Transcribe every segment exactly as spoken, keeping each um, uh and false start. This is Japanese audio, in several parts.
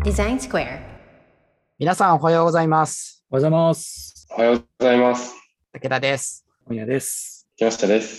デザインスクエア。 皆さんおはようございます。 おはようございます。 おはようございます。 武田です。 今夜です。 木下です。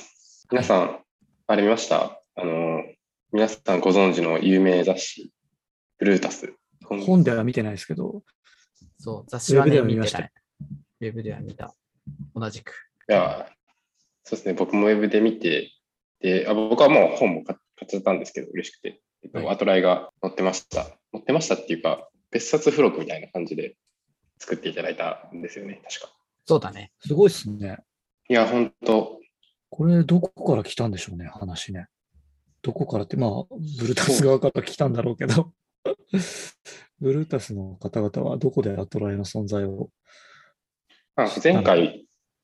皆さん、はい、あれ見ました？あの、皆さんご存知の有名雑誌、ブルータス。 本では見てないですけど。 そう、雑誌はね、 ウェブでは見ました。 見てない。ウェブでは見た。同じく。 いや、そうですね、僕もウェブで見て、で、あ僕はもう本も買っちゃったんですけど、嬉しくて。えっと、はい、アトライが載ってました。載ってましたっていうか、別冊付録みたいな感じで作っていただいたんですよね、確か。 そうだね。 すごいっすね。 いや、ほんと。 これ、どこから来たんでしょうね、話ね。どこからって、まあ、ブルータス側から来たんだろうけど、ブルータスの方々はどこでアトライの存在をあ前回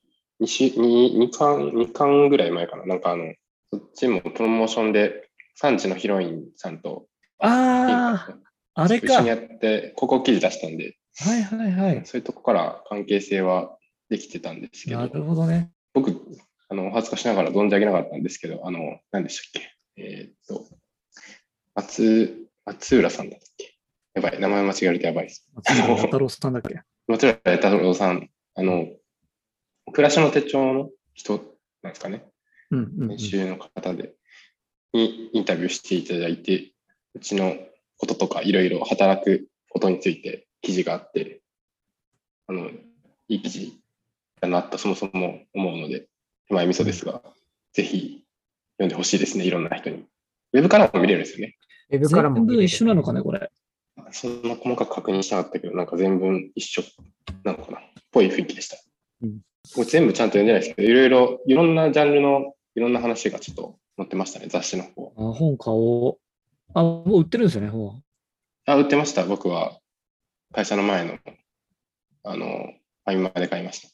2週、2、2巻、2巻ぐらい前かな。なんかあの、そっちもプロモーションで、さんじのヒロインさんと、 ああ、あれか。 一緒にやって、ここ記事出したんで、 はいはいはい。 そういうとこから関係性はできてたんですけど、 なるほどね。 僕、あの、お恥ずかしながら存じ上げなかったんですけど、あの、何でしたっけえー、っと、松、松浦さんだったっけやばい、名前間違えるとやばいです。 松浦太郎さんだっけ松浦太郎さん、あの、暮らしの手帳の人なんですかね。 うんうんうん、 編集の方で、にインタビューしていただいて、うちのこととかいろいろ働くことについて記事があって、あの、いい記事だなとそもそも思うので、手前味噌ですが、うん、ぜひ読んでほしいですね、いろんな人に。ウェブからも見れるんですよね。 ウェブからも見れる。 全部一緒なのかね、これ。 そんな細かく確認しなかったけど、なんか全文一緒なのかな。っぽい雰囲気でした。うん、もう全部ちゃんと読んでないですけど、いろいろ、いろんなジャンルのいろんな話がちょっと載ってましたね、雑誌の方。 あ、本買おう。あ、もう売ってるんですよね、本は。 あ、売ってました。僕は会社の前の、あの、ファインマで買いました。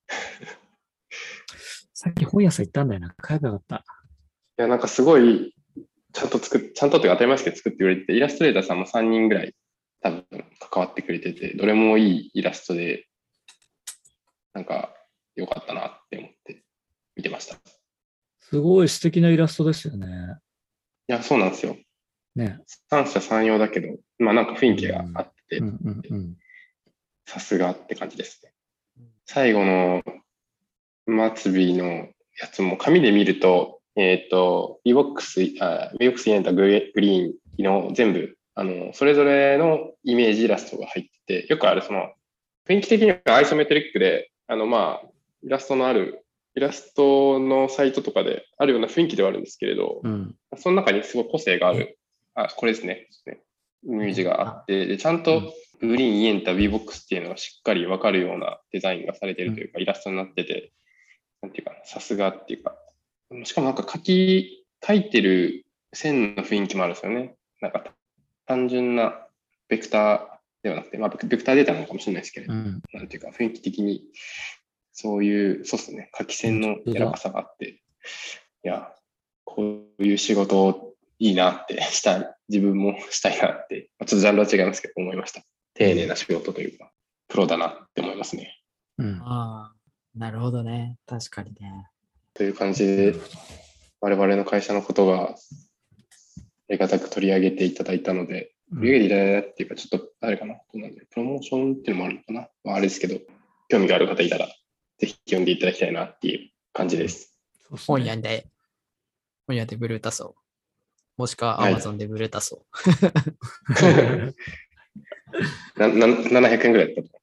さっき本屋さん行ったんだよな。買えばよかった。いや、なんかすごい、ちゃんと作っ、ちゃんとって当たり前ですけど作ってくれて、イラストレーターさんもさんにんぐらい多分関わってくれてて、どれもいいイラストで、なんか良かったなって思って見てました。 すごい素敵なイラストですよね。 いや、そうなんですよ。 ね。 三者三様だけど、まあなんか雰囲気があって、さすがって感じですね。最後の末尾のやつも紙で見ると、えっ、ー、と、V-ボックス、あ、V-ボックス に入れたグリーンの全部、あの、それぞれのイメージイラストが入ってて、よくあるその、雰囲気的にはアイソメトリックで、あの、まあ、イラストのある、イラストのサイトとかであるような雰囲気ではあるんですけれど、うん、その中にすごい個性がある、あ、これですね、イメージがあって、でちゃんとグリーンに入れた V-ボックスっていうのがしっかりわかるようなデザインがされているというか、イラストになってて、なんていうか、さすがっていうか、しかもなんか書き、書いてる線の雰囲気もあるんですよね。なんか単純なベクターではなくて、まあベクターデータなのかもしれないですけれど、うん、なんていうか雰囲気的にそういう、そうですね、書き線の柔らかさがあって、いや、こういう仕事いいなってしたい、自分もしたいなって、ちょっとジャンルは違いますけど思いました。丁寧な仕事というか、プロだなって思いますね。 うん、ああ、なるほどね。確かにね。 という感じで、我々の会社のことがありがたく取り上げていただいたので、取り上げていただいたっていうか、ちょっと誰かな、どうなんだろう、プロモーションっていうのもあるのかな、まあ、あれですけど、興味がある方いたら、ぜひ読んでいただきたいなっていう感じです。 うん、本屋で、本屋でブルータスを、もしくは Amazon でブルータスを。 はい、ななななひゃくえんぐらいだったと思います。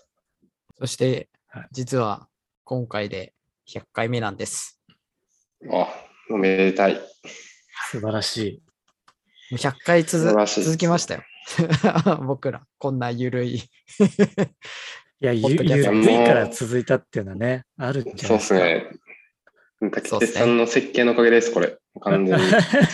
そして、実は今回でひゃっかいめなんです。 あ、おめでたい。 素晴らしい。 もうひゃっかい続続きましたよ。僕ら、こんなゆるい。いや、ゆ, ゆるいから続いたっていうのはね、あるんじゃないですか。 そうですね。竹手さんの設計のおかげです、これ。完全に。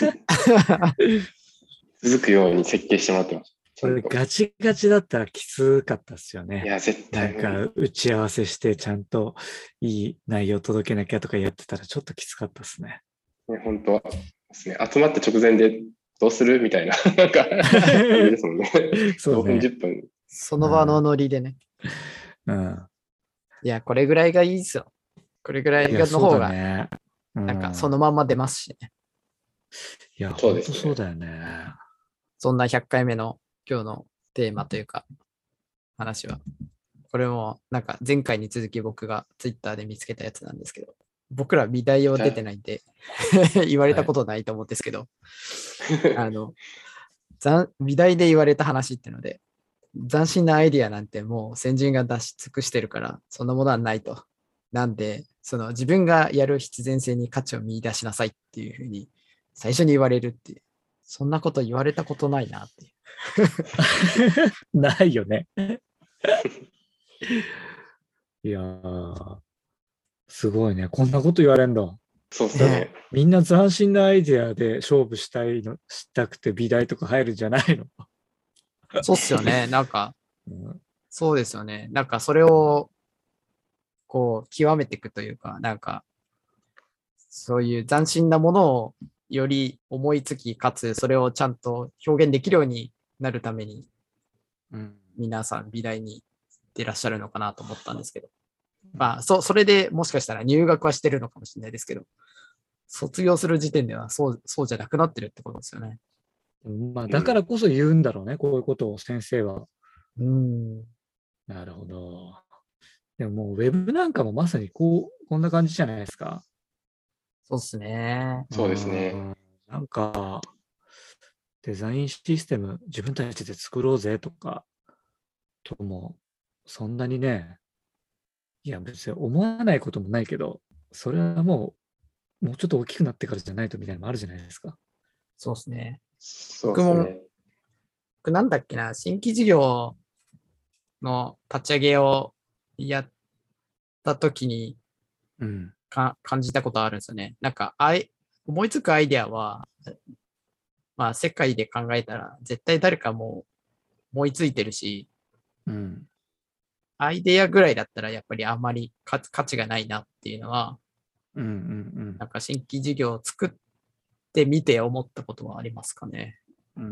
続くように設計してもらってます。 これガチガチだったらきつかったですよね。 いや、絶対。 なんか打ち合わせしてちゃんといい内容届けなきゃとかやってたらちょっときつかったですね。 ね、本当ですね。集まった直前でどうするみたいな。なんか、ですもんね。 そうね。 ごふん、じゅっぷん。 その場のノリでね。 うん。 いや、これぐらいがいいですよ。これぐらいの方が、 ね、 うん、なんかそのまま出ますしね。 いや、そうですね。そうだよね。 そんなひゃっかいめの今日のテーマというか、話は。これも、なんか前回に続き僕がツイッターで見つけたやつなんですけど、僕ら美大を出てないんで、言われたことないと思うんですけど、あの、美大で言われた話ってので、斬新なアイディアなんてもう先人が出し尽くしてるから、そんなものはないと。なんで、その自分がやる必然性に価値を見出しなさいっていうふうに最初に言われるっていう。そんなこと言われたことないなっていう。 ないよね。いやー、すごいね。こんなこと言われんだ。 そうっすね。 みんな斬新なアイデアで勝負したいの、したくて美大とか入るんじゃないの？ そうっすよね。なんか、うん、そうですよね。なんかそれを、こう、極めていくというか、なんか、そういう斬新なものをより思いつき、かつそれをちゃんと表現できるようになるために、うん、皆さん美大に行ってらっしゃるのかなと思ったんですけど。まあ、そ、それでもしかしたら入学はしてるのかもしれないですけど、卒業する時点ではそう、そうじゃなくなってるってことですよね。 まあ、だからこそ言うんだろうね、うん、こういうことを先生は。 うん。 なるほど。でももうウェブなんかもまさにこう、こんな感じじゃないですか。 そうですね。 そうですね。 なんか、デザインシステム自分たちで作ろうぜとか、とも、そんなにね、いや別に思わないこともないけど、それはもう、もうちょっと大きくなってからじゃないとみたいなのもあるじゃないですか。 そうですね。 そうですね。僕も、 僕なんだっけな、新規事業の立ち上げをやったときに、 うん、 か感じたことあるんですよね。なんかあい、思いつくアイデアは、まあ世界で考えたら絶対誰かも思いついてるし、 うん、 アイデアぐらいだったらやっぱりあんまり価値がないなっていうのは、 うんうんうん、 なんか新規事業を作ってみて思ったことはありますかね。 うん、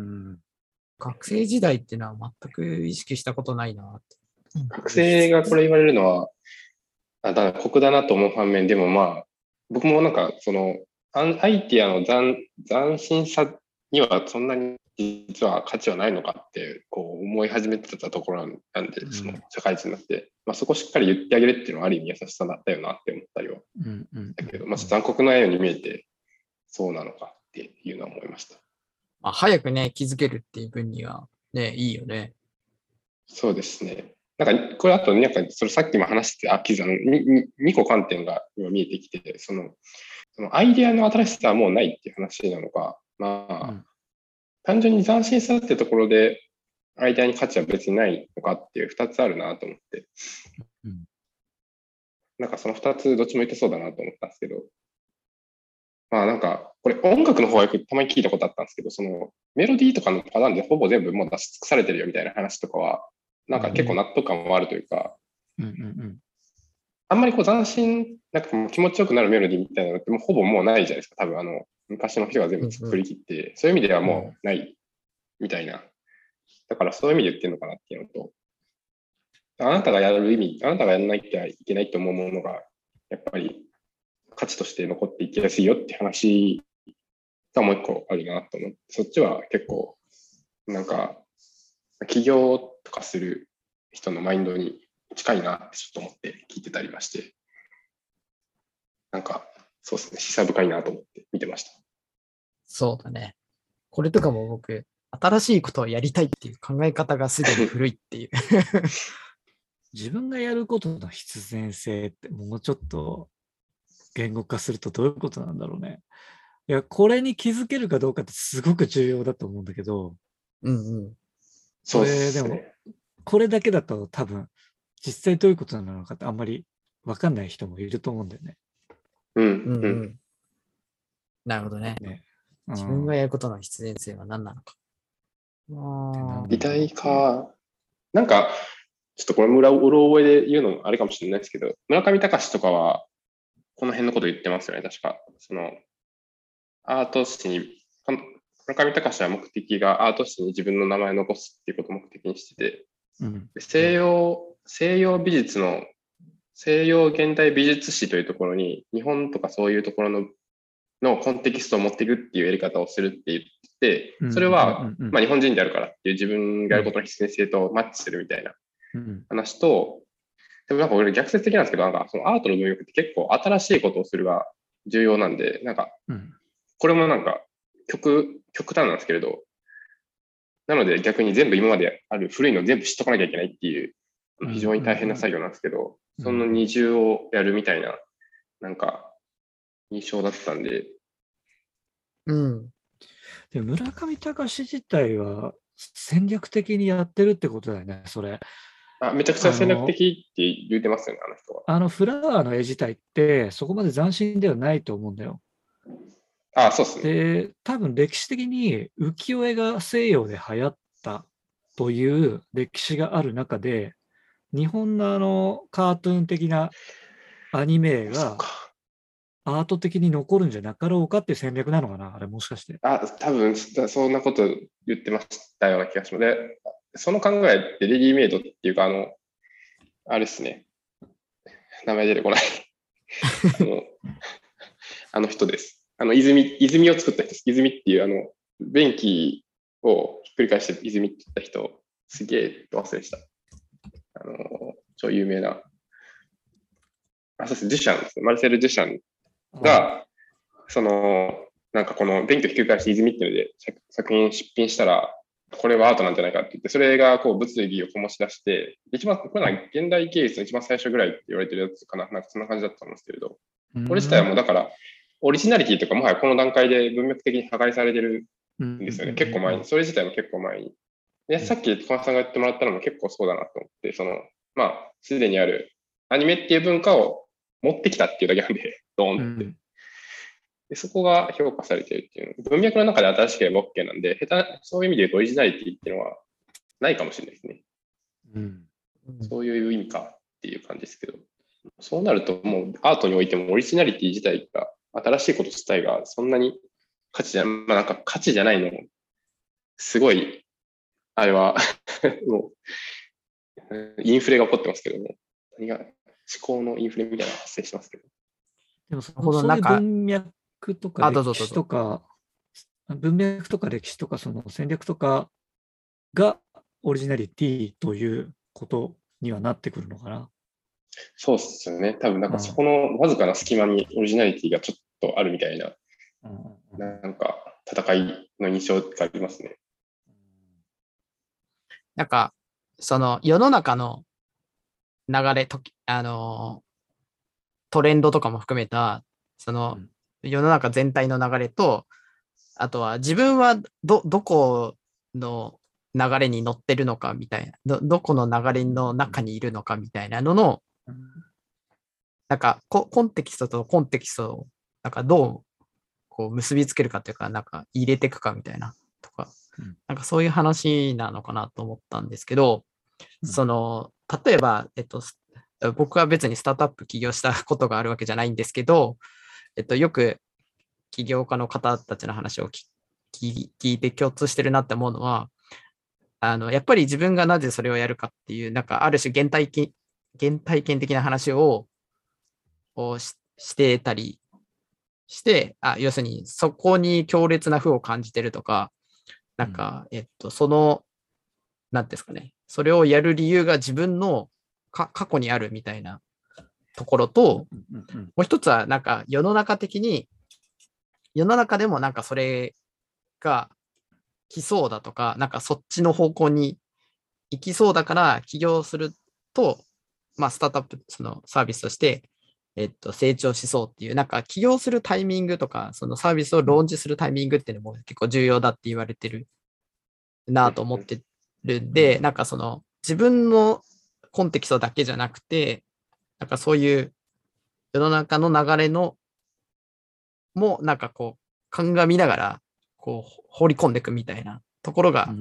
学生時代っていうのは全く意識したことないなって。 学生がこれ言われるのは、あだ酷だなと思う反面、でもまあ、僕もなんかその、アイディアの斬斬新さにはそんなに実は価値はないのかってこう思い始めてたところなんで、その社会人になって、まあ、そこをしっかり言ってあげるっていうのはある意味優しさだったよなって思ったりはだけど、まあ、残酷なように見えてそうなのかっていうのは思いました。 まあ、早くね、気づけるっていう分にはね、いいよね。 そうですね。なんか、これあと、なんか、それさっきも話して、あ、気づいにこ観点が今見えてきて、その、そのアイデアの新しさはもうないっていう話なのか、まあ、うん、単純に斬新さってところで、アイデアに価値は別にないのかっていう二つあるなと思って、うん、なんかその二つどっちも言ってそうだなと思ったんですけど、まあなんか、これ音楽の方はよくたまに聞いたことあったんですけど、そのメロディーとかのパターンでほぼ全部もう出し尽くされてるよみたいな話とかは、なんか結構納得感もあるというか、うんうんうん、あんまりこう斬新、なんかもう気持ちよくなるメロディーみたいなのってもうほぼもうないじゃないですか。多分あの、昔の人が全部作り切って、うんうん、そういう意味ではもうないみたいな。だからそういう意味で言ってるのかなっていうのと、あなたがやる意味、あなたがやらなきゃいけないと思うものが、やっぱり価値として残っていきやすいよって話がもう一個あるなと思って、そっちは結構、なんか、起業とかする人のマインドに近いなってちょっと思って聞いてたりまして、なんか、そうですね、示唆深いなと思って見てました。 そうだね。これとかも僕、新しいことをやりたいっていう考え方がすでに古いっていう。 自分がやることの必然性ってもうちょっと言語化するとどういうことなんだろうね。いや、これに気づけるかどうかってすごく重要だと思うんだけど、 うんうん。 それでも、これだけだと多分、実際どういうことなのかってあんまり分かんない人もいると思うんだよね。 うんうんうん。 なるほどね。 ね、 うん、自分がやることの必然性は何なのか。 美大か。なんか、ちょっとこれ村うろ覚えで言うのもあれかもしれないですけど、村上隆とかは、この辺のこと言ってますよね、確か。その、アート史に、村上隆は目的がアート史に自分の名前を残すっていうことを目的にしてて、うん、西洋、西洋美術の、西洋現代美術史というところに、日本とかそういうところののコンテキストを持っていくっていうやり方をするって言って、それは、まあ、日本人であるからっていう自分がやることの必然性とマッチするみたいな話と、でもなんか俺逆説的なんですけど、なんかそのアートの文脈って結構新しいことをするが重要なんで、なんか、これもなんか極、極端なんですけれど、なので逆に全部今まである古いの全部知っとかなきゃいけないっていう、非常に大変な作業なんですけど、その二重をやるみたいな、なんか、印象だったんで。 うん。 で村上隆自体は戦略的にやってるってことだよね、それ。 あ、めちゃくちゃ戦略的って言ってますよね、あの人は。 あのフラワーの絵自体ってそこまで斬新ではないと思うんだよ。 あ、そうですね。 で、多分歴史的に浮世絵が西洋で流行ったという歴史がある中で、日本のあのカートゥーン的なアニメがアート的に残るんじゃなかろうかっていう戦略なのかな、あれもしかして。 あ、多分そんなこと言ってましたような気がします。で、その考えってレディメイドっていうか、あの、あれですね。名前出てこないあの。あの人です。あの、泉、泉を作った人です。泉っていう、あの、便器をひっくり返して泉って言った人、すげえ忘れした。あの、超有名な。あ、そうです。デュシャンですね。マルセル・デュシャンが、その、なんかこの電気をひっくり返して泉っていうので作品出品したら、これはアートなんじゃないかって言って、それがこう物理を醸し出して、一番、これは現代芸術の一番最初ぐらいって言われてるやつかな、なんかそんな感じだったんですけれど、これ自体はもうだから、オリジナリティとかもはやこの段階で文脈的に破壊されてるんですよね。結構前に。それ自体も結構前に。で、さっき小松さんが言ってもらったのも結構そうだなと思って、その、まあ、すでにあるアニメっていう文化を持ってきたっていうだけなんで、ドーンって。うんでそこが評価されているっていうの。文脈の中で新しければ OK なんで、下手、そういう意味で言うとオリジナリティっていうのはないかもしれないですね。うん、そういう意味かっていう感じですけど。そうなるともうアートにおいてもオリジナリティ自体が、新しいこと自体がそんなに価値じゃ、まあなんか価値じゃないの、すごい、あれはもう、インフレが起こってますけども、何が思考のインフレみたいなのが発生してますけど。 でもそのそういう文脈とか歴史とか、文脈とか歴史とかその戦略とかがオリジナリティということにはなってくるのかな。 そうっすよね。多分なんかそこのわずかな隙間にオリジナリティがちょっとあるみたいな、うん、なんか戦いの印象がありますね。 なんかその世の中の流れとあのトレンドとかも含めたその世の中全体の流れと、あとは自分はどどこの流れに乗ってるのかみたいな、どどこの流れの中にいるのかみたいなのの、なんかココンテキストとコンテキストをなんかどうこう結びつけるかというか、なんか入れていくかみたいなとか、なんかそういう話なのかなと思ったんですけど、その例えば、えっと、僕は別にスタートアップ起業したことがあるわけじゃないんですけど、えっと、よく起業家の方たちの話を聞いて共通してるなって思うのは、あのやっぱり自分がなぜそれをやるかっていう、なんかある種原体験、原体験的な話をを し, してたりして、あ、要するにそこに強烈な負を感じてるとか、なんか、うん、えっと、その、なんですかね、それをやる理由が自分のか過去にあるみたいなところと、もう一つはなんか世の中的に、世の中でもなんかそれが来そうだとか、なんかそっちの方向に行きそうだから起業すると、まあスタートアップそのサービスとして、えっと、成長しそうっていう、なんか起業するタイミングとか、そのサービスをローンチするタイミングっていうのも結構重要だって言われてるなと思ってるんで、なんかその自分のコンテキストだけじゃなくて、なんかそういう世の中の流れのもなんかこう鑑みながらこう放り込んでいくみたいなところが、うん、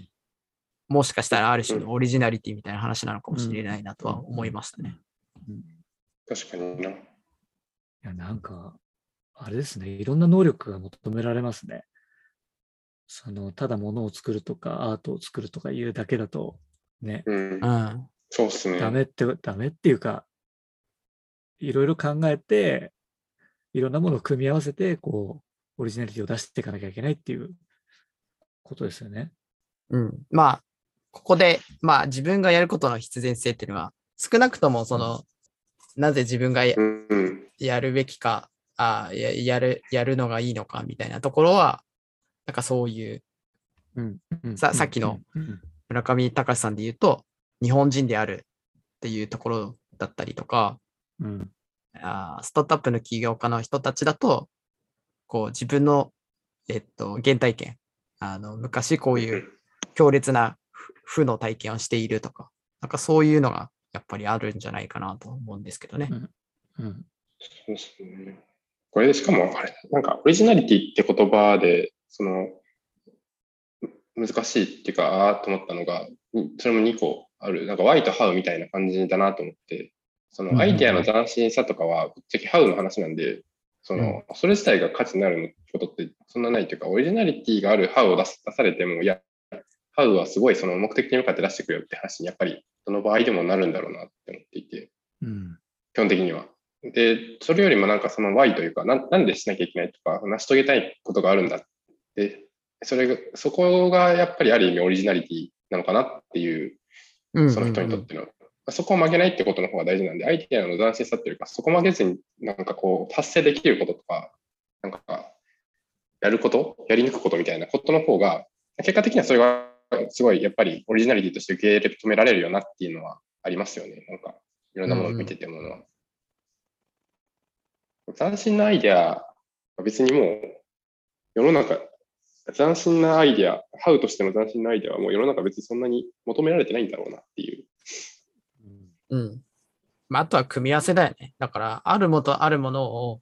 もしかしたらある種のオリジナリティみたいな話なのかもしれないなとは思いましたね。 うんうん、確かにな。いや、なんかあれですね、いろんな能力が求められますね。そのただ物を作るとかアートを作るとかいうだけだとね、 うん、そうですね。 ダメってダメっていうか、いろいろ考えていろんなものを組み合わせて、こう、オリジナリティを出していかなきゃいけないっていうことですよね。 うん。まあ、ここで、まあ自分がやることの必然性っていうのは、少なくともその、うん、なぜ自分が や,、 うんうん、 やるべきか、あや、やる、やるのがいいのかみたいなところは、なんかそういう、 うんうん、 ささっきの村上隆さんで言うと、日本人であるっていうところだったりとか、 うん、 あスタートアップの起業家の人たちだと、こう自分の、えっと、原体験、あの昔こういう強烈な負の体験をしているとか、なんかそういうのがやっぱりあるんじゃないかなと思うんですけどね。 うんうん、 そうですね。これでしかも、あれ、なんかオリジナリティって言葉で、その、難しいっていうか、ああと思ったのが、それもにこある。なんか Why と How みたいな感じだなと思って、そのアイデアの斬新さとかは、ぶっちゃけ How の話なんで、その、それ自体が価値になることってそんなないというか、オリジナリティがある How を出す出されても、いや、How はすごいその目的に向かって出してくれよって話にやっぱりどの場合でもなるんだろうなって思っていて、 うん、 基本的には。で、それよりもなんかその Why というか、ななんでしなきゃいけないとか、成し遂げたいことがあるんだって、それが、そこがやっぱりある意味オリジナリティなのかなっていう、その人にとっての、うんうんうん、そこを曲げないってことの方が大事なんで、アイデアの斬新さっていうか、そこ曲げずになんかこう、達成できることとか、なんか、やること、やり抜くことみたいなことの方が、結果的にはそれがすごいやっぱりオリジナリティとして受け止められるよなっていうのはありますよね。なんか、いろんなものを見ててものは。うんうん、斬新なアイデアは別にもう、世の中、斬新なアイデア、ハウとしての斬新なアイデアはもう世の中別にそんなに求められてないんだろうなっていう。 うん。まあ、あとは組み合わせだよね。だから、あるものとあるものを、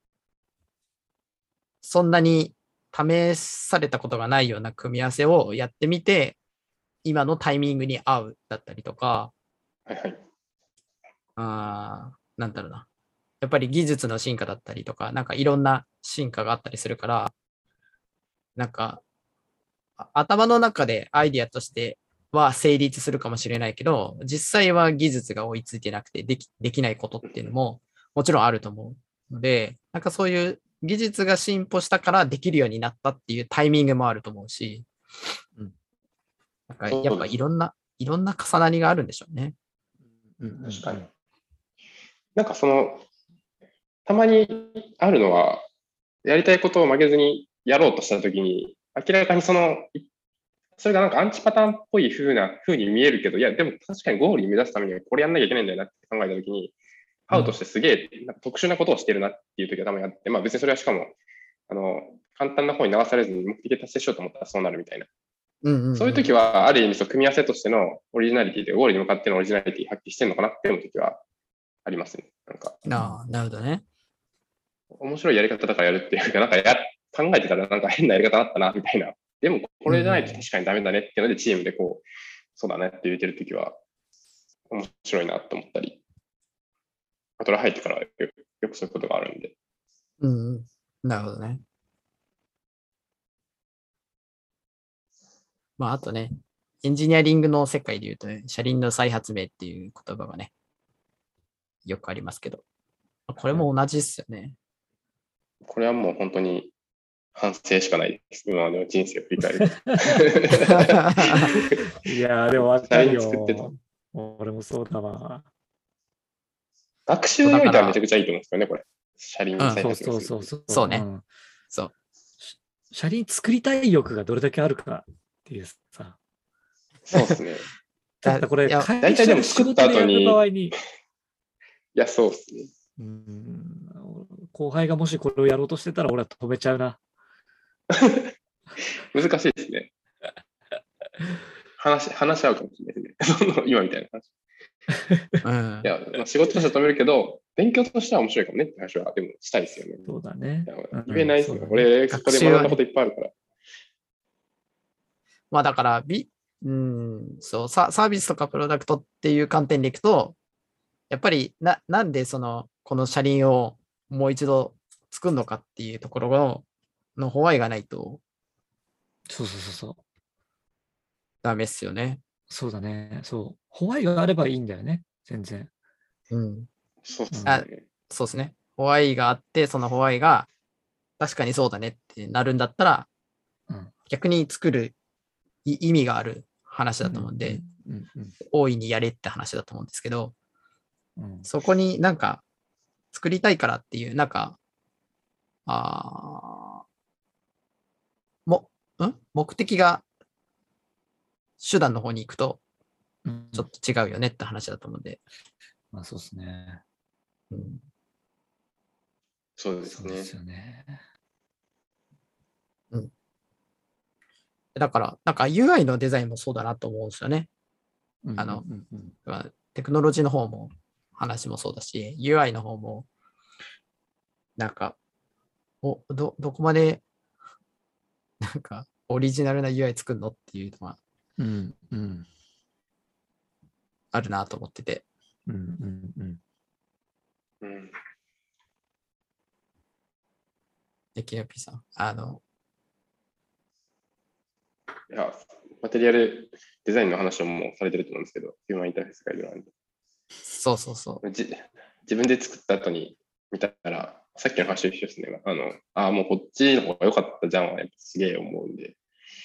そんなに試されたことがないような組み合わせをやってみて、今のタイミングに合うだったりとか、 はいはい。 あなんだろうな。やっぱり技術の進化だったりとか、なんかいろんな進化があったりするから、なんか、頭の中でアイディアとしては成立するかもしれないけど、実際は技術が追いついてなくてでき、できないことっていうのももちろんあると思うので、なんかそういう技術が進歩したからできるようになったっていうタイミングもあると思うし、うん、なんかやっぱいろんな、いろんな重なりがあるんでしょうね。 確かに。なんかその、たまにあるのは、やりたいことを曲げずにやろうとしたときに、明らかにその、それがなんかアンチパターンっぽい風な風に見えるけど、いや、でも確かにゴールに目指すためにはこれやんなきゃいけないんだよなって考えたときに、ハウとしてすげえ特殊なことをしてるなっていうときがたまにあって、まあ別にそれはしかも、あの、簡単な方に流されずに目的で達成しようと思ったらそうなるみたいな。うんうんうん、そういうときは、ある意味そう組み合わせとしてのオリジナリティで、ゴールに向かってのオリジナリティ発揮してるのかなって思うときはありますね。なんか。 ああ、なるほどね。 面白いやり方だからやるっていうか、なんかや考えてたらなんか変なやり方だったな、みたいな。でもこれじゃないと確かにダメだねっていうので、チームでこう、そうだねって言ってるときは、面白いなと思ったり、あとら入ってからよくよくそういうことがあるんで。 うん、うん。なるほどね。まあ、あとね、エンジニアリングの世界で言うと、ね、車輪の再発明っていう言葉がね、よくありますけど、これも同じっすよね。 これはもう本当に反省しかないです。今までの人生を振り返る。 いやー、でも分かるよ。俺もそうだわ。 学習においてはめちゃくちゃいいと思うんですよね、これ。車輪再発明する。 そうそうそう。 そうね。そう。 車輪作りたい欲がどれだけあるかっていうさ。 そうですね。 ただこれ、 大体でも作った後に。 場合にいや、そうですね。 うん後輩がもしこれをやろうとしてたら俺は止めちゃうな。 難しいですね。話、話し合うかもしれないですね。今みたいな話。うん、いや、まあ、仕事としては止めるけど、勉強としては面白いかもねって話は、でもしたいですよね。 そうだね。 言えないですよ、ね。俺、そこで学んだこといっぱいあるから。 まあだから、ビうん、そうサ、サービスとかプロダクトっていう観点でいくと、やっぱりな、なんでその、この車輪をもう一度作るのかっていうところの、のホワイがないと、 そうそうそうそう。 ダメっすよね。 そうだね。そう。ホワイがあればいいんだよね。全然。 うん。 そうですね。あ、そうですね。 ホワイがあって、そのホワイが確かにそうだねってなるんだったら、 うん、 逆に作る意味がある話だと思うんで、 うんうんうん大いにやれって話だと思うんですけど、 うん、 そこになんか作りたいからっていう、なんか、あも、ん目的が手段の方に行くと、 うんちょっと違うよねって話だと思うんで。 まあそうですね。 うん、 そうですね。 そうですよね。 うん。だから、なんか ユーアイ のデザインもそうだなと思うんですよね。あの、 うんうんテクノロジーの方も話もそうだし、ユーアイ の方も、なんか、おど、どこまで、なんか、オリジナルな ユーアイ 作るのっていうのはうんうんあるなと思ってて。 うんうんうんうんで、ケーピー さん。あの、 いや、マテリアルデザインの話をもうされてると思うんですけど、ヒューマンインターフェースガイドなんで。 そうそうそじ自分で作った後に見たら、さっきの話と一緒ですね。あの、ああ、もうこっちの方が良かったじゃんは、やっぱすげえ思うんで、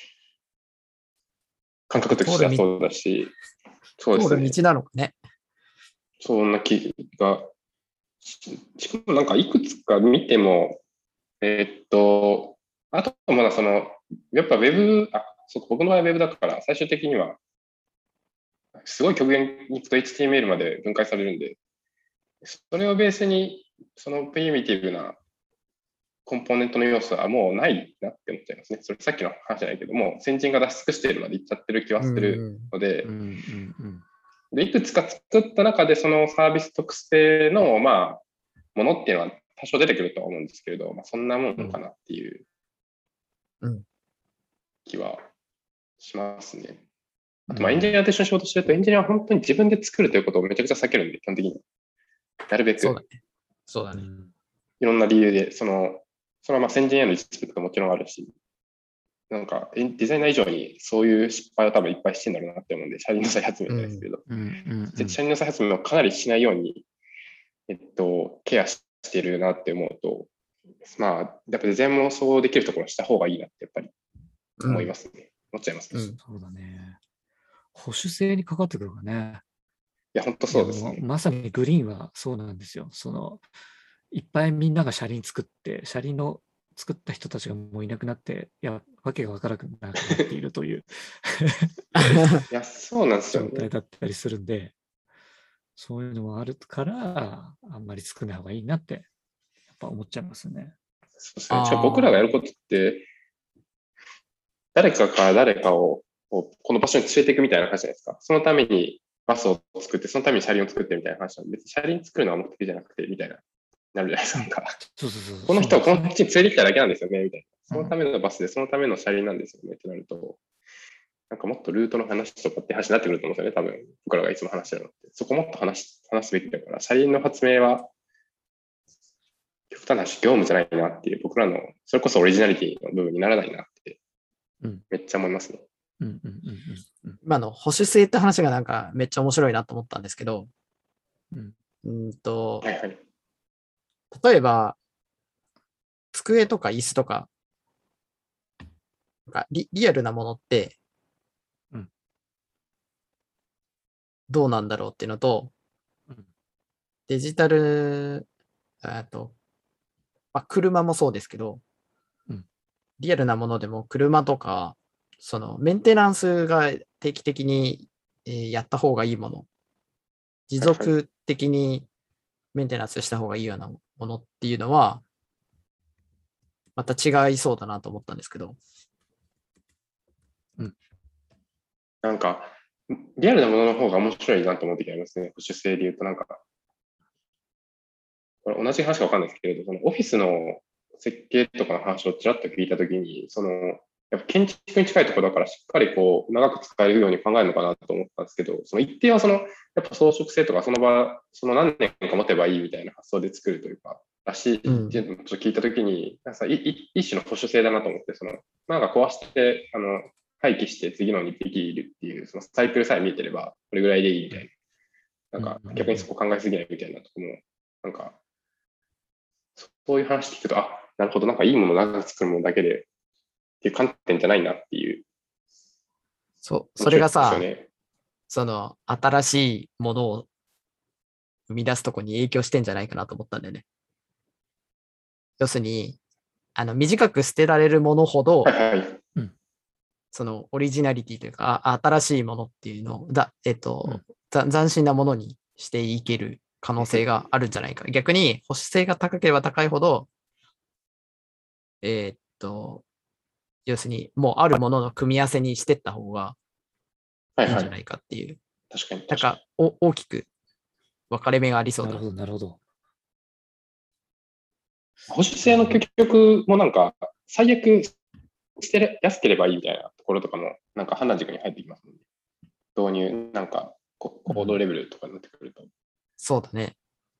感覚としてはそうだし、そうですね。 通る道なのかね。 そんな気が、ししかもなんかいくつか見ても、えーっと、あとまだその、やっぱウェブ、あ、そう僕の場合はウェブだから、最終的には、すごい極限に行くと エイチティーエムエル まで分解されるんで、それをベースに、そのプリミティブなコンポーネントの要素はもうないなって思っちゃいますね。それさっきの話じゃないけども、先人が出し尽くしているまでいっちゃってる気はするので、 うんうんでいくつか作った中でそのサービス特性の、まあ、ものっていうのは多少出てくるとは思うんですけれど、まあ、そんなもんかなっていう気はしますね。あと、まあ、エンジニアと一緒に仕事してると、エンジニアは本当に自分で作るということをめちゃくちゃ避けるんで、基本的に。なるべく、 そうだね。そうだね。 いろんな理由で、その、それはまあ先人へのリスペクトももちろんあるし、なんかデザイナー以上にそういう失敗を多分いっぱいしてんだろうなって思うんで、車輪の再発明じゃないですけど、 うんうんうん、 車輪の再発明をかなりしないように、えっと、ケアしてるなって思うと、まあ、やっぱデザインもそうできるところした方がいいなってやっぱり思いますね。思っちゃいますね。 うん、 そうだね。保守性にかかってくるからね。 いや、本当そうですね。 まさにグリーンはそうなんですよ。その、いっぱいみんなが車輪作って、車輪の作った人たちがもういなくなって、いや、わけがわからなくなっているといういや、そうなんですよね。 状態だったりするんで、そういうのもあるから、あんまり作らない方がいいなって、やっぱ思っちゃいますね。 そうですね。僕らがやることって、誰かから誰かをこの場所に連れていくみたいな話じゃないですか。そのためにバスを作って、そのために車輪を作ってみたいな話なんで、別に車輪作るのは目的じゃなくて、みたいな、なるじゃないですか。 そうそうそう。 この人をこの地に連れてきただけなんですよね、みたいな。そのためのバスで、 うん、 そのための車輪なんですよね、ってなると、なんかもっとルートの話とかって話になってくると思うんですよね、多分。僕らがいつも話してるのって。そこもっと話話すべきだから、車輪の発明は、極端な話、業務じゃないなっていう、僕らの、それこそオリジナリティの部分にならないなって、めっちゃ思いますね。 今の保守性って話がなんかめっちゃ面白いなと思ったんですけど、 うん、 うんと、 はいはい、 例えば、机とか椅子とか、なんか リ, リアルなものって、どうなんだろうっていうのと、 うん、 デジタル、あと、まあ、車もそうですけど、 うん、 リアルなものでも車とか、そのメンテナンスが定期的にやった方がいいもの、持続的にメンテナンスした方がいいようなものっていうのは、また違いそうだなと思ったんですけど。 うん、 なんか、リアルなものの方が面白いなと思う時ありますね。保守性で言うとなんか、これ同じ話かわかんないですけれど、そのオフィスの設計とかの話をちらっと聞いたときに、その、やっぱ建築に近いところだからしっかりこう長く使えるように考えるのかなと思ったんですけど、その一定はそのやっぱ装飾性とかその場、その何年か持てばいいみたいな発想で作るというか、らしいっていうのをちょっと聞いたときに、なんか一種の保守性だなと思って、そのなんか壊して、あの、廃棄して次のにできるっていう、そのサイクルさえ見えてれば、これぐらいでいいみたいな。なんか逆にそこ考えすぎないみたいなとこも、なんかそういう話聞くと、あ、なるほど、なんかいいものを長く作るものだけでっていう観点じゃないなっていう。 そう、それがさ、 ね、 その新しいものを生み出すとこに影響してんじゃないかなと思ったんだよね。要するに、あの短く捨てられるものほど、 はいはい、 そのオリジナリティというか、新しいものっていうのを、だえっと、うん、斬新なものにしていける可能性があるんじゃないか。逆に保守性が高ければ高いほど、えー、っと、要するにもうあるものの組み合わせにしていった方がいいんじゃないかっていう。はいはい、確かに確かに。なんかお大きく分かれ目がありそうだ。 なるほど、なるほど。 保守性の究極もなんか、最悪捨てやすければいいみたいなところとかも、なんか判断軸に入ってきますので、導入、なんか、コードレベルとかになってくると。うん、 そうだね。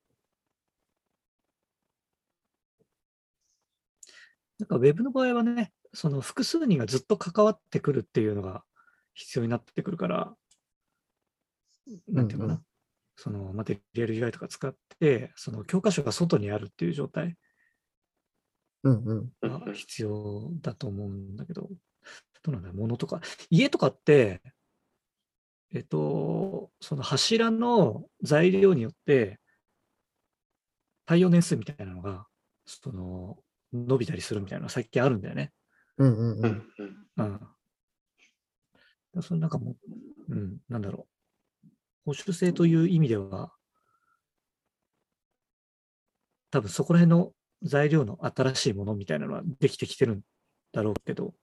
なんか Web の場合はね、その複数人がずっと関わってくるっていうのが必要になってくるから、なんていうかな、うんうん、そのマテリアル ユーアイ とか使って、その教科書が外にあるっていう状態が必要だと思うんだけど、どうなんだろう、物とか。家とかって、えっと、その柱の材料によって、耐用年数みたいなのが、その、伸びたりするみたいなのが最近あるんだよね。 うんうんうん。 うん。そのなんかもう、うん、なんだろう。保守性という意味では、多分そこら辺の材料の新しいものみたいなのはできてきてるんだろうけど、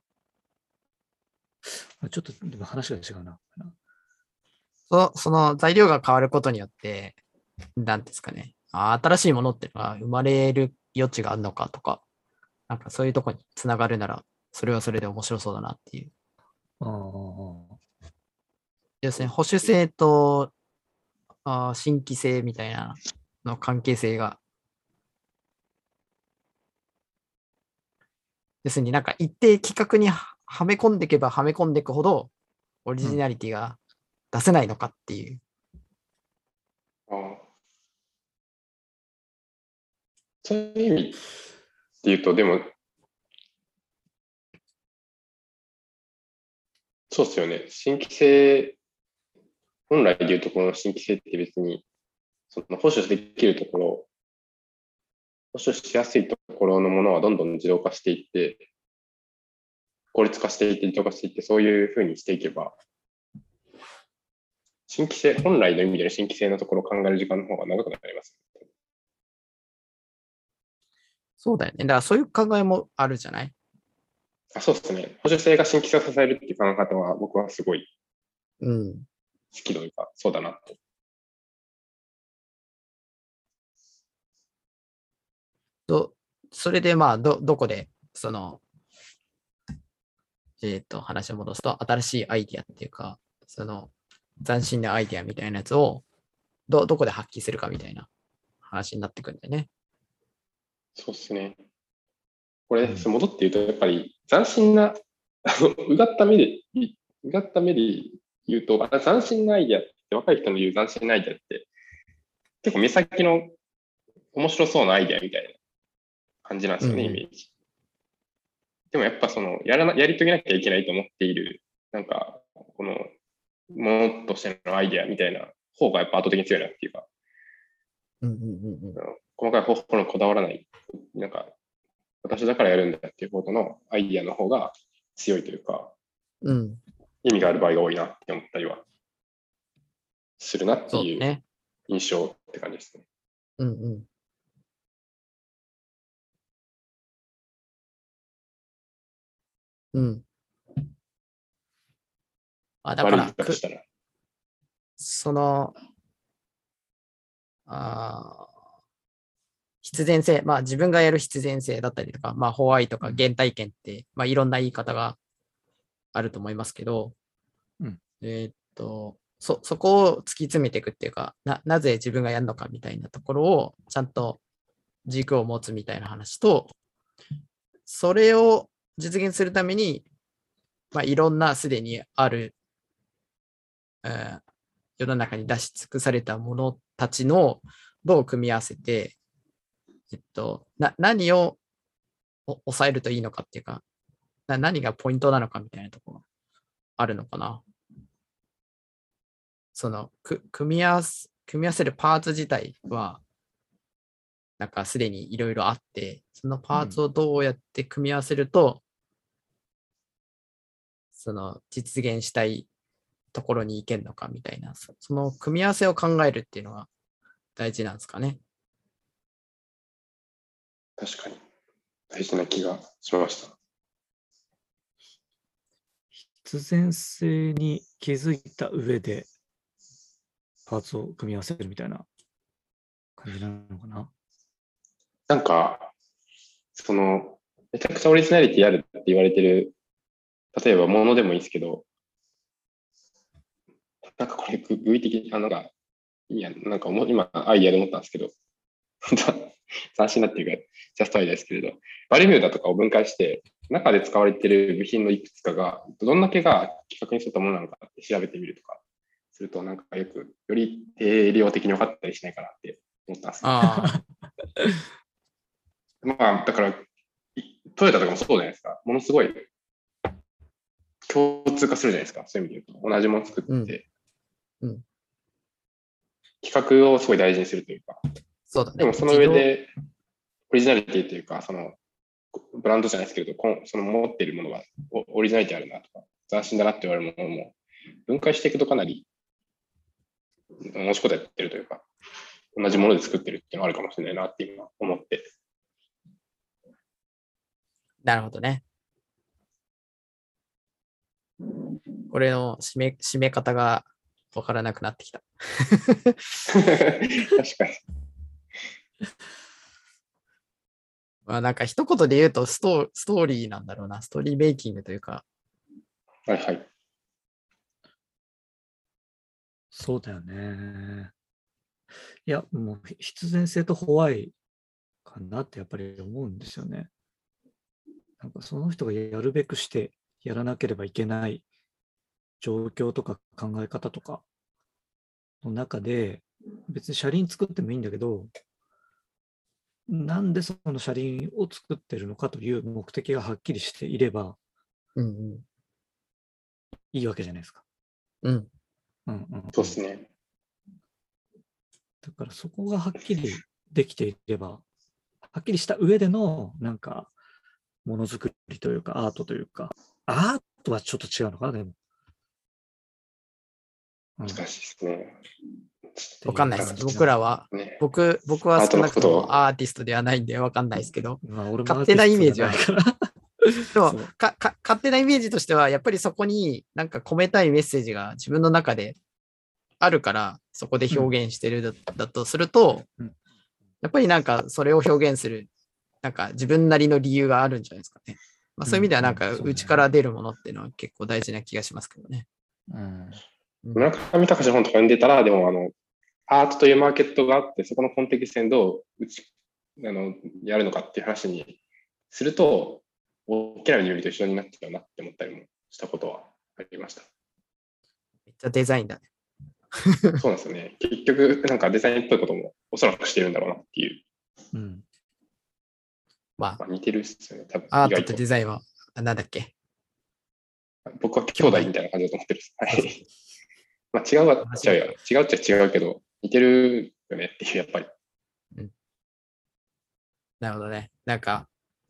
ちょっとでも話が違うな。 そその材料が変わることによって、なんですかね、新しいものっていうのは生まれる余地があるのかとか、なんかそういうとこにつながるなら、それはそれで面白そうだなっていう。 ああ。 要するに保守性とあ新規性みたいなの関係性が、要するになんか一定規格にはめ込んでいけばはめ込んでいくほど、オリジナリティが出せないのかっていう。 うん、あそういう意味って言うと、でも、そうですよね。新規性、本来でいうところの新規性って別に、その保守できるところ、保守しやすいところのものはどんどん自動化していって、効率化していって、自動化していって、そういうふうにしていけば、新規性、本来の意味での新規性のところを考える時間の方が長くなります。 そうだよね。だからそういう考えもあるじゃない？ あ、そうですね。保守性が新規性を支えるっていう考え方は僕はすごい好きというか、そうだなと。 どそれでまあど、どこで、その、えっ、ー、と、話を戻すと、新しいアイディアっていうか、その、斬新なアイディアみたいなやつを、ど、どこで発揮するかみたいな話になってくるんだよね。 そうですね。これ、うん、戻って言うと、やっぱり斬新な、あの、うがった目で、うがった目で言うと、あ斬新なアイディアって、若い人の言う斬新なアイディアって、結構目先の面白そうなアイディアみたいな感じなんですよね、うん、イメージ。でもやっぱその、やらな、やり遂げなきゃいけないと思っている、なんか、この、ものとしてのアイディアみたいな方がやっぱ圧倒的に強いなっていうか、 うんうんうんうん、 細かい方法にこだわらない、なんか、私だからやるんだっていうことのアイディアの方が強いというか、 うん、 意味がある場合が多いなって思ったりはするなっていう印象って感じですね。 うんうん。うん。あ、だから、 悪いしたらその、あ必然性、まあ自分がやる必然性だったりとか、まあホワイトとか原体験って、まあいろんな言い方があると思いますけど、 うん、 えー、っと、そ、そこを突き詰めていくっていうか、な、なぜ自分がやるのかみたいなところをちゃんと軸を持つみたいな話と、それを実現するために、まあいろんなすでにある、えー、世の中に出し尽くされたものたちのどう組み合わせて、 えっと、な何をお抑えるといいのかっていうか、な何がポイントなのかみたいなところがあるのかな。その、く組み合わせ、組み合わせるパーツ自体は、なんかすでにいろいろあって、そのパーツをどうやって組み合わせると、うん、その実現したいところに行けるのかみたいな、その組み合わせを考えるっていうのが大事なんですかね。 確かに大事な気がしました。 必然性に気づいた上でパーツを組み合わせるみたいな感じなのかな。 なんか、その、めちゃくちゃオリジナリティあるって言われてる、例えばものでもいいですけど、なんかこれ、具体的に、あの、なんか、いや、なんか今、アイディアで思ったんですけど、斬新なっていうか、ジャストアイデアですけれど、バリミューダとかを分解して、中で使われている部品のいくつかが、どんだけが規格に沿ったものなのかって調べてみるとかすると、なんかよく、より定量的に分かったりしないかなって思ったんですよ。 あまあ、だから、トヨタとかもそうじゃないですか。ものすごい共通化するじゃないですか。そういう意味で言うと。同じもの作って、 うんうん、 企画をすごい大事にするというか。 そうだね。 でもその上で、オリジナリティというか、その、ブランドじゃないですけど、その持っているものがオリジナリティあるなとか、斬新だなって言われるものも、分解していくとかなり、同じことやってるというか、同じもので作ってるっていうのがあるかもしれないなって今思って。 なるほどね。これの締め、締め方が分からなくなってきた。 確かに。 まあなんか一言で言うとストー、ストーリーなんだろうな。ストーリーメイキングというか。 はいはい。 そうだよね。いや、もう必然性とホワイかなってやっぱり思うんですよね。なんかその人がやるべくしてやらなければいけない状況とか考え方とかの中で、別に車輪作ってもいいんだけど、なんでその車輪を作ってるのかという目的がはっきりしていれば、 うんうん、 いいわけじゃないですか。 うん。 うんうん、そうですね。 だからそこがはっきりできていれば、はっきりした上でのなんかものづくりというかアートというか、アートはちょっと違うのかな、でも。 難しいですね。 わかんないです。僕らは、ね、僕、僕は少なくともアーティストではないんでわかんないですけど、 まあ、俺も勝手なイメージは。でもかか、勝手なイメージとしては、やっぱりそこになんか込めたいメッセージが自分の中であるから、そこで表現してるだ,、うん、だとすると、うん、やっぱりなんかそれを表現する、なんか自分なりの理由があるんじゃないですかね。まあ、そういう意味ではなんか内から出るものっていうのは結構大事な気がしますけどね。 うん村上隆の本とか読んでたら、でもあの、アートというマーケットがあって、そこのコンテキストにどううちあのやるのかっていう話にすると、大きな準備と一緒になっちゃうなって思ったりもしたことはありました。 めっちゃデザインだね。 そうなんですよね。結局、なんかデザインっぽいこともおそらくしてるんだろうなっていう。 うん、 まあ、 まあ、似てるっすよね、多分。 アートとデザインは、なんだっけ？ 僕は兄弟みたいな感じだと思ってる。はい。まあ、違うは違うよ。違うっちゃ違うけど、似てるよねっていう、やっぱり。 うん。なるほどね。なんか、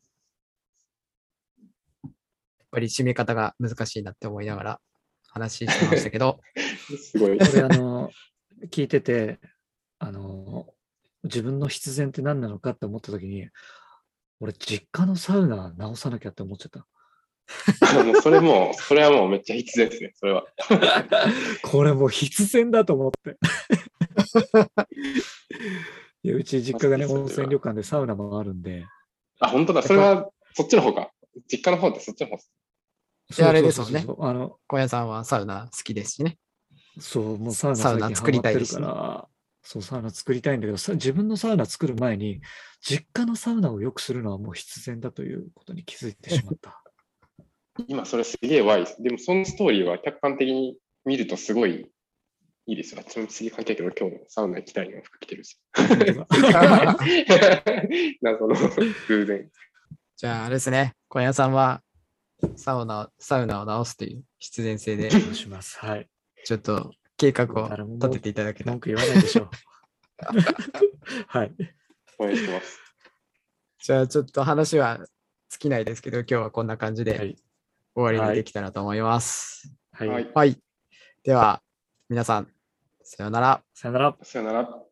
やっぱり締め方が難しいなって思いながら話してましたけど。 すごい。 これ、あの、聞いてて、あの、自分の必然って何なのかって思ったときに、俺、実家のサウナ直さなきゃって思っちゃった。 もうそれも、それはもうめっちゃ必然ですね、それは。 これもう必然だと思って。いやうち実家がね、温泉旅館でサウナもあるんで。 あ、本当だ、それはそっちの方か。実家の方ってそっちの方です。 で、あれですもんね。あの、小屋さんはサウナ好きですしね。 そう、もうサウナ最近ハマってるから、そう、サウナ作りたいんだけど、自分のサウナ作る前に、実家のサウナを良くするのはもう必然だということに気づいてしまった。 今それすげえワイです。でもそのストーリーは客観的に見るとすごいいいですよ。あっちも次関係ないけど、今日サウナ行きたいの服着てるんですよ。謎の偶然。 じゃあ、あれですね。小屋さんはサウナ、サウナを直すという必然性で、 どうします。はい。 ちょっと計画を立てていただけたら。 文句言わないでしょう。はい。 応援してます。 じゃあ、ちょっと話は尽きないですけど、今日はこんな感じで終わりにできたらと思います。 はい。はい。 はい、では、皆さん、さようなら。 さようなら。 さようなら。